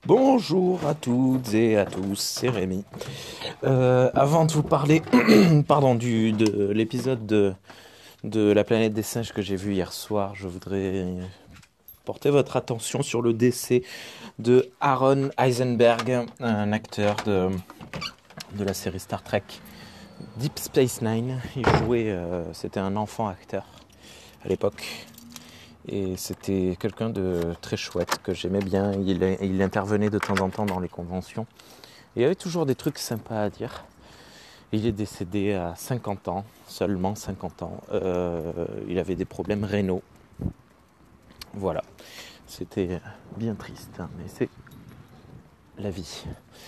Bonjour à toutes et à tous, c'est Rémi. Avant de vous parler de l'épisode de La planète des singes que j'ai vu hier soir, je voudrais porter votre attention sur le décès de Aaron Eisenberg, un acteur de la série Star Trek Deep Space Nine. C'était un enfant acteur à l'époque. Et c'était quelqu'un de très chouette, que j'aimais bien. Il intervenait de temps en temps dans les conventions. Et il y avait toujours des trucs sympas à dire. Et il est décédé à 50 ans, seulement 50 ans. Il avait des problèmes rénaux. Voilà. C'était bien triste, hein, mais c'est la vie.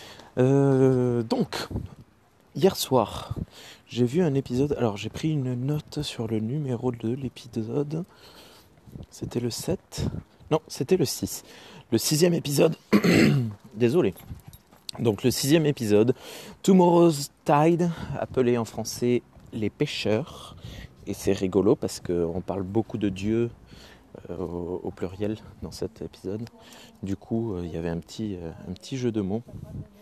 Donc, hier soir, j'ai vu un épisode. Alors, j'ai pris une note sur le numéro de l'épisode. C'était le 7. Non, c'était le 6. Le sixième épisode. Désolé. Donc le sixième épisode. Tomorrow's Tide, appelé en français Les Pêcheurs. Et c'est rigolo parce qu'on parle beaucoup de Dieu au pluriel dans cet épisode. Du coup, il y avait un petit jeu de mots.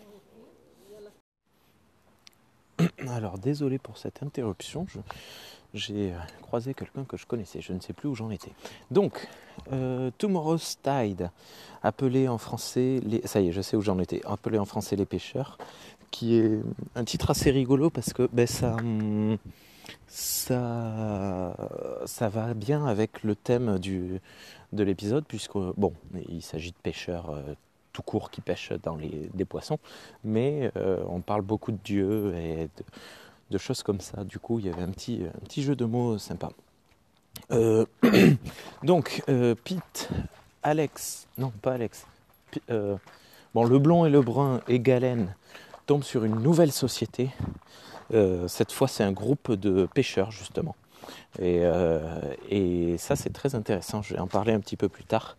Alors désolé pour cette interruption. J'ai croisé quelqu'un que je connaissais, je ne sais plus où j'en étais. Donc, Tomorrow's Tide, appelé en français, ça y est, je sais où j'en étais, appelé en français Les Pêcheurs, qui est un titre assez rigolo parce que ça va bien avec le thème de l'épisode, puisque, bon, il s'agit de pêcheurs tout court qui pêchent dans des poissons, mais on parle beaucoup de Dieu et de choses comme ça. Du coup, il y avait un petit jeu de mots sympa. Donc, Pete, Alex, non pas Alex, le blond et le brun et Galen tombent sur une nouvelle société. Cette fois, c'est un groupe de pêcheurs, justement. Et ça, c'est très intéressant. Je vais en parler un petit peu plus tard.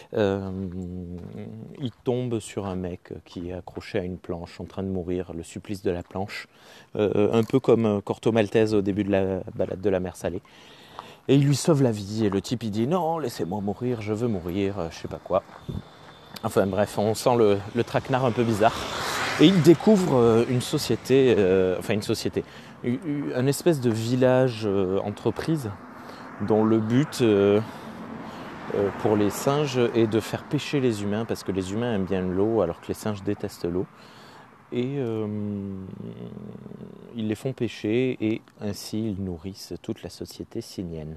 Il tombe sur un mec qui est accroché à une planche, en train de mourir, le supplice de la planche. Un peu comme Corto Maltese au début de la balade de la mer Salée. Et il lui sauve la vie. Et le type, il dit « Non, laissez-moi mourir, je veux mourir, je sais pas quoi. » Enfin bref, on sent le traquenard un peu bizarre. Et il découvre une société, un espèce de village entreprise dont le but pour les singes est de faire pêcher les humains parce que les humains aiment bien l'eau alors que les singes détestent l'eau. Et ils les font pêcher et ainsi ils nourrissent toute la société simienne.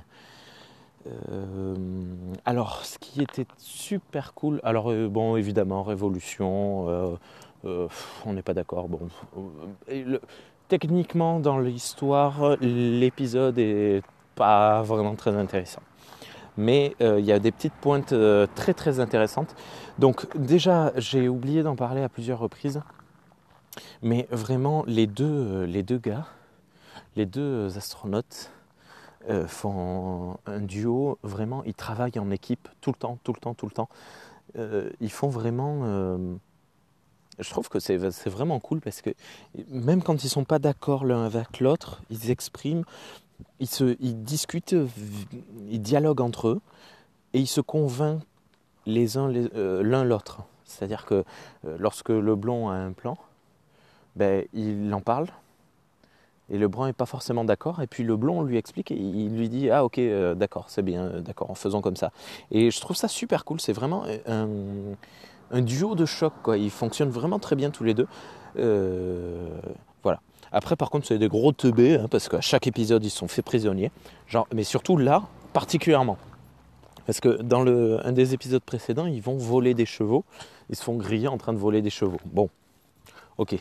Alors, ce qui était super cool, alors bon, évidemment, révolution, on n'est pas d'accord. Bon, techniquement, dans l'histoire, l'épisode est pas vraiment très intéressant. Mais il y a des petites pointes très très intéressantes. Donc déjà, j'ai oublié d'en parler à plusieurs reprises, mais vraiment les deux gars, les deux astronautes, font un duo, vraiment, ils travaillent en équipe tout le temps. Ils font vraiment... je trouve que c'est vraiment cool parce que même quand ils ne sont pas d'accord l'un avec l'autre, ils expriment, ils discutent, ils dialoguent entre eux et ils se convainquent l'un l'autre. C'est-à-dire que lorsque le blond a un plan, il en parle. Et le brun n'est pas forcément d'accord. Et puis le blond lui explique et il lui dit « Ah ok, d'accord, c'est bien, d'accord, en faisant comme ça. » Et je trouve ça super cool. C'est vraiment un duo de choc, quoi. Ils fonctionnent vraiment très bien tous les deux. Voilà. Après, par contre, c'est des gros teubés, hein, parce qu'à chaque épisode, ils se sont fait prisonniers. Mais surtout là, particulièrement. Parce que dans un des épisodes précédents, ils vont voler des chevaux. Ils se font griller en train de voler des chevaux. Bon, ok,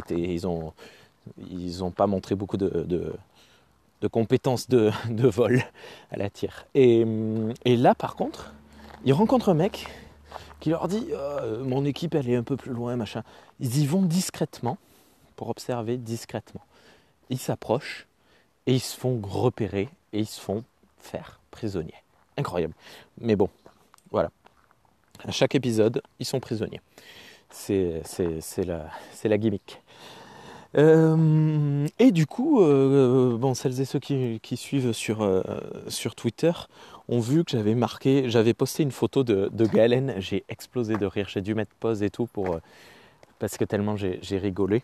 ils n'ont pas montré beaucoup de compétences de vol à la tire. Et là, par contre, ils rencontrent un mec qui leur dit mon équipe, elle est un peu plus loin, machin. Ils y vont discrètement, pour observer discrètement. Ils s'approchent et ils se font repérer et ils se font faire prisonniers. Incroyable. Mais bon, voilà. À chaque épisode, ils sont prisonniers. C'est la gimmick. Et du coup, bon, celles et ceux qui suivent sur Twitter ont vu que j'avais posté une photo de Galen. J'ai explosé de rire, j'ai dû mettre pause et tout parce que tellement j'ai rigolé.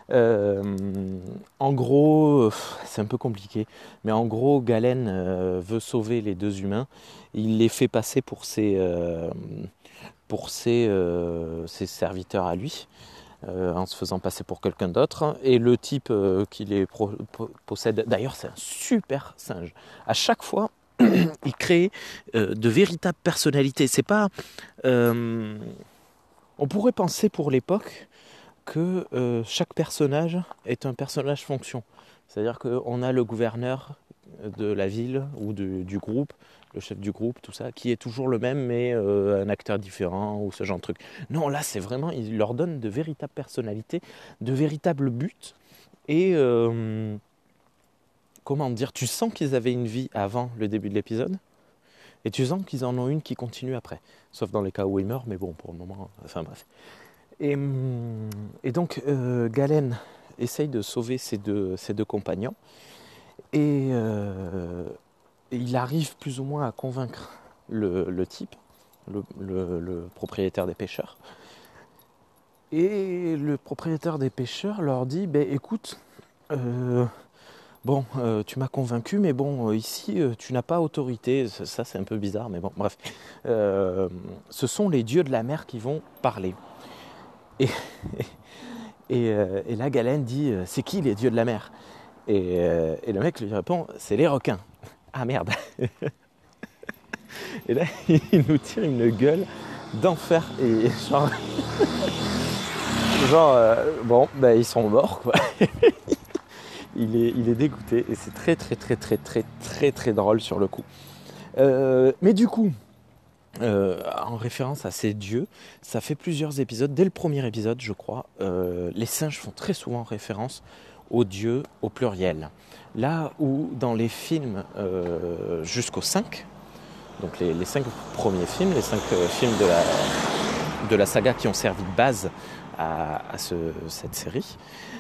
En gros, c'est un peu compliqué, mais en gros, Galen veut sauver les deux humains. Il les fait passer pour ses serviteurs à lui. En se faisant passer pour quelqu'un d'autre. Et le type qui les possède, d'ailleurs c'est un super singe. À chaque fois, il crée de véritables personnalités. C'est pas... on pourrait penser pour l'époque que chaque personnage est un personnage fonction. C'est-à-dire qu'on a le gouverneur de la ville ou du groupe, le chef du groupe, tout ça, qui est toujours le même, mais un acteur différent ou ce genre de truc. Non, là, c'est vraiment, il leur donne de véritables personnalités, de véritables buts, et comment dire, tu sens qu'ils avaient une vie avant le début de l'épisode, et tu sens qu'ils en ont une qui continue après, sauf dans les cas où ils meurent, mais bon, pour le moment, enfin bref. Et donc, Galen essaye de sauver ses deux compagnons, et il arrive plus ou moins à convaincre le type, le propriétaire des pêcheurs. Et le propriétaire des pêcheurs leur dit, écoute, tu m'as convaincu, mais bon, ici, tu n'as pas autorité. Ça, c'est un peu bizarre, mais bon, bref. Ce sont les dieux de la mer qui vont parler. Et là, Galen dit, c'est qui les dieux de la mer ? Et le mec lui répond, c'est les requins. Ah merde. Et là, il nous tire une gueule d'enfer. Et ils sont morts, quoi. Il est dégoûté. Et c'est très, très, très, très, très, très, très drôle sur le coup. Mais du coup, en référence à ces dieux, ça fait plusieurs épisodes. Dès le premier épisode, je crois, les singes font très souvent référence aux dieux au pluriel. Là où dans les films jusqu'au 5, donc les 5 premiers films, les 5 films de la saga qui ont servi de base à cette série,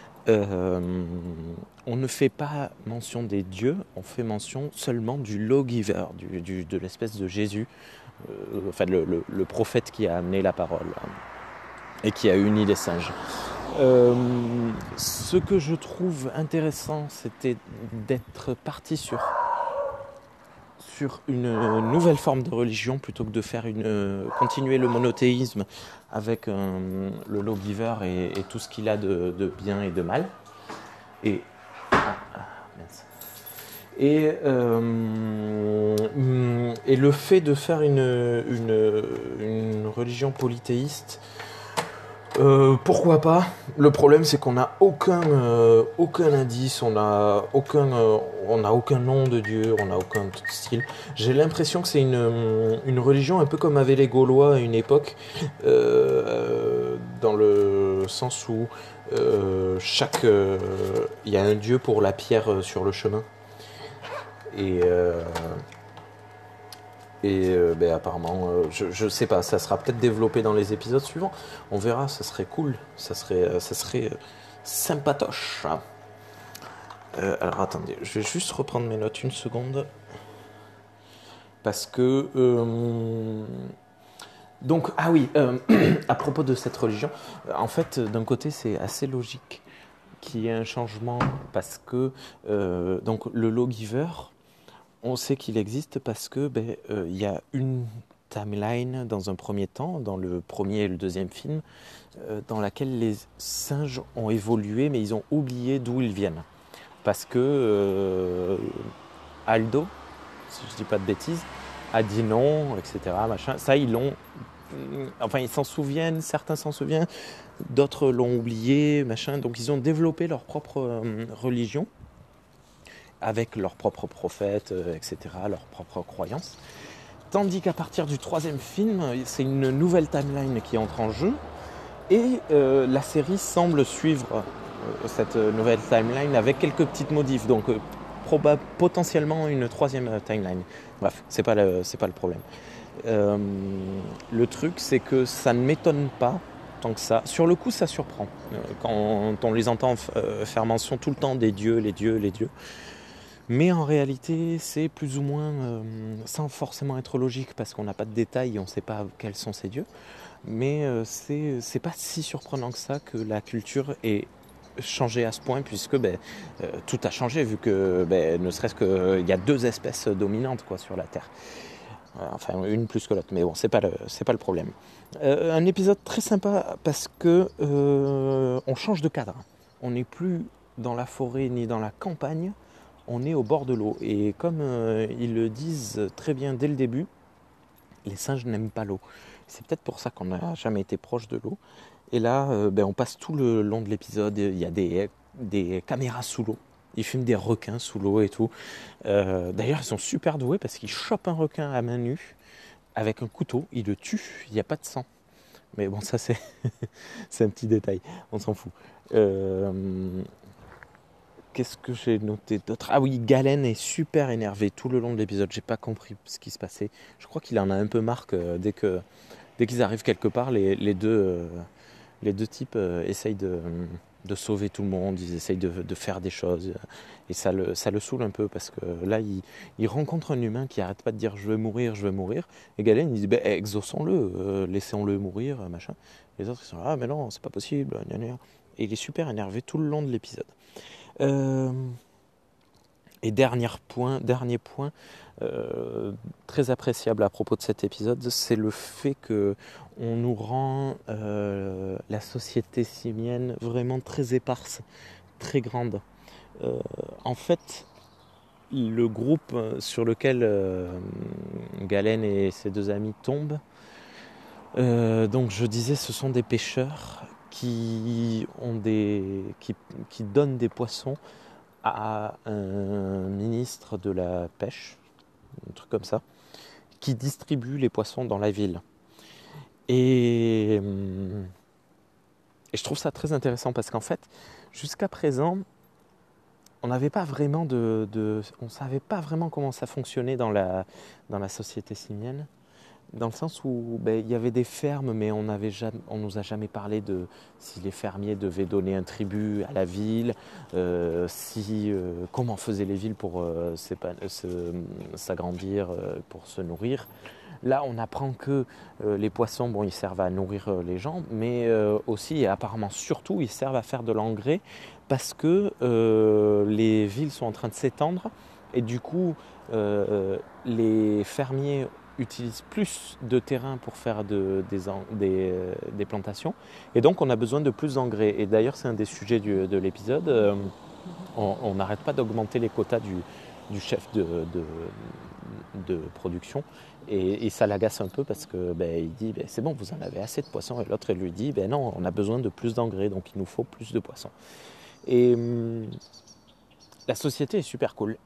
on ne fait pas mention des dieux, on fait mention seulement du lawgiver, de l'espèce de Jésus, le prophète qui a amené la parole et qui a uni les singes. Ce que je trouve intéressant, c'était d'être parti sur une nouvelle forme de religion plutôt que de faire continuer le monothéisme avec le lawgiver et tout ce qu'il a de bien et de mal. Et le fait de faire une religion polythéiste, pourquoi pas ? Le problème, c'est qu'on n'a aucun indice, on n'a aucun nom de Dieu, on n'a aucun style. J'ai l'impression que c'est une religion un peu comme avaient les Gaulois à une époque, dans le sens où il y a un dieu pour la pierre sur le chemin. Apparemment, je sais pas, ça sera peut-être développé dans les épisodes suivants. On verra, ça serait cool, ça serait sympatoche. Alors attendez, je vais juste reprendre mes notes une seconde. Parce que... Donc, ah oui, à propos de cette religion, en fait, d'un côté, c'est assez logique qu'il y ait un changement parce que donc le lawgiver, on sait qu'il existe parce que y a une timeline dans un premier temps, dans le premier et le deuxième film, dans laquelle les singes ont évolué, mais ils ont oublié d'où ils viennent. Parce que Aldo, si je dis pas de bêtises, a dit non, etc. Machin. Ça, ils l'ont... Enfin, ils s'en souviennent, certains s'en souviennent, d'autres l'ont oublié, machin. Donc, ils ont développé leur propre religion, avec leurs propres prophètes, etc., leurs propres croyances. Tandis qu'à partir du troisième film, c'est une nouvelle timeline qui entre en jeu, et la série semble suivre cette nouvelle timeline avec quelques petites modifs, donc potentiellement une troisième timeline. Bref, c'est pas le problème. Le truc, c'est que ça ne m'étonne pas, tant que ça. Sur le coup, ça surprend. Quand on les entend faire mention tout le temps des dieux, les dieux, les dieux. Mais en réalité, c'est plus ou moins, sans forcément être logique, parce qu'on n'a pas de détails et on ne sait pas quels sont ces dieux. Mais c'est pas si surprenant que ça que la culture ait changé à ce point, puisque tout a changé, vu que ne serait-ce qu'il y a 2 espèces dominantes sur la Terre. Enfin, une plus que l'autre, mais bon, c'est pas le problème. Un épisode très sympa parce que on change de cadre. On n'est plus dans la forêt ni dans la campagne, on est au bord de l'eau. Et comme ils le disent très bien dès le début, les singes n'aiment pas l'eau. C'est peut-être pour ça qu'on n'a jamais été proche de l'eau. Et là, on passe tout le long de l'épisode, il y a des caméras sous l'eau. Ils filment des requins sous l'eau et tout. D'ailleurs, ils sont super doués parce qu'ils chopent un requin à main nue avec un couteau, ils le tuent, il n'y a pas de sang. Mais bon, ça c'est c'est un petit détail, on s'en fout. Qu'est-ce que j'ai noté d'autre ? Ah oui, Galen est super énervé tout le long de l'épisode. J'ai pas compris ce qui se passait. Je crois qu'il en a un peu marre que dès qu'ils arrivent quelque part, les deux types essayent de sauver tout le monde. Ils essayent de faire des choses. Et ça le saoule un peu parce que là, il rencontre un humain qui arrête pas de dire je veux mourir, je veux mourir. Et Galen, il dit exauçons-le, laissons-le mourir, machin. Les autres, ils sont là, ah mais non, c'est pas possible. Gna gna. Et il est super énervé tout le long de l'épisode. Et dernier point, très appréciable à propos de cet épisode, c'est le fait que on nous rend la société simienne vraiment très éparse, très grande. En fait, le groupe sur lequel Galen et ses 2 amis tombent, donc je disais, ce sont des pêcheurs qui donnent des poissons à un ministre de la pêche, un truc comme ça, qui distribue les poissons dans la ville. Et je trouve ça très intéressant parce qu'en fait, jusqu'à présent, on n'avait pas vraiment on savait pas vraiment comment ça fonctionnait dans la société simienne. Dans le sens où il y avait des fermes, mais on nous a jamais parlé de si les fermiers devaient donner un tribut à la ville, comment faisaient les villes pour s'agrandir, pour se nourrir. Là, on apprend que les poissons, ils servent à nourrir les gens, mais aussi, et apparemment surtout, ils servent à faire de l'engrais parce que les villes sont en train de s'étendre et du coup, les fermiers utilisent plus de terrain pour faire des plantations et donc on a besoin de plus d'engrais. Et d'ailleurs c'est un des sujets de l'épisode, on n'arrête pas d'augmenter les quotas du chef de production et ça l'agace un peu parce que il dit c'est bon, vous en avez assez de poissons, et l'autre lui dit non, on a besoin de plus d'engrais, donc il nous faut plus de poissons. Et la société est super cool.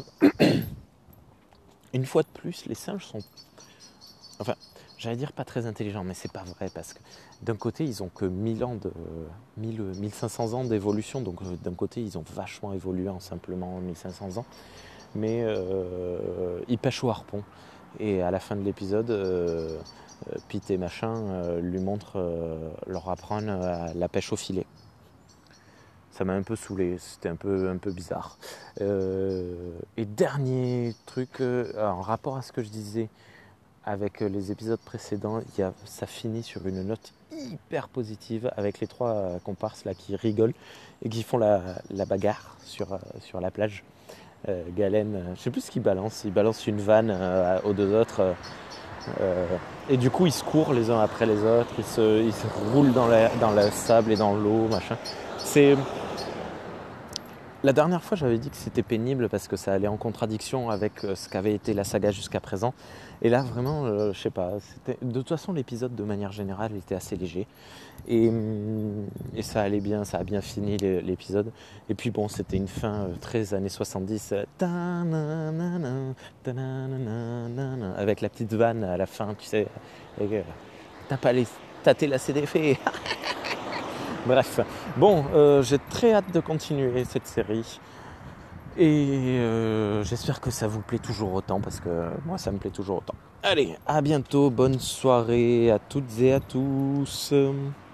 Une fois de plus, les singes sont, j'allais dire pas très intelligents, mais c'est pas vrai parce que d'un côté, ils ont que 1500 ans d'évolution, donc d'un côté, ils ont vachement évolué en simplement 1500 ans, mais ils pêchent au harpon. Et à la fin de l'épisode, Pete et machin leur apprennent la pêche au filet. Ça m'a un peu saoulé, c'était un peu bizarre. Et dernier truc, en rapport à ce que je disais avec les épisodes précédents, ça finit sur une note hyper positive avec les 3 comparses là qui rigolent et qui font la bagarre sur la plage. Galen, je sais plus ce qu'il balance, il balance une vanne aux 2 autres. Et du coup ils se courent les uns après les autres, ils se roulent dans le sable et dans l'eau, machin. La dernière fois, j'avais dit que c'était pénible parce que ça allait en contradiction avec ce qu'avait été la saga jusqu'à présent. Et là, vraiment, je sais pas. De toute façon, l'épisode, de manière générale, était assez léger. Et ça allait bien, ça a bien fini l'épisode. Et puis bon, c'était une fin très années 70. Avec la petite vanne à la fin, tu sais. T'as pas les tâté la CDF. Bref, bon, j'ai très hâte de continuer cette série et j'espère que ça vous plaît toujours autant parce que moi ça me plaît toujours autant. Allez, à bientôt, bonne soirée à toutes et à tous.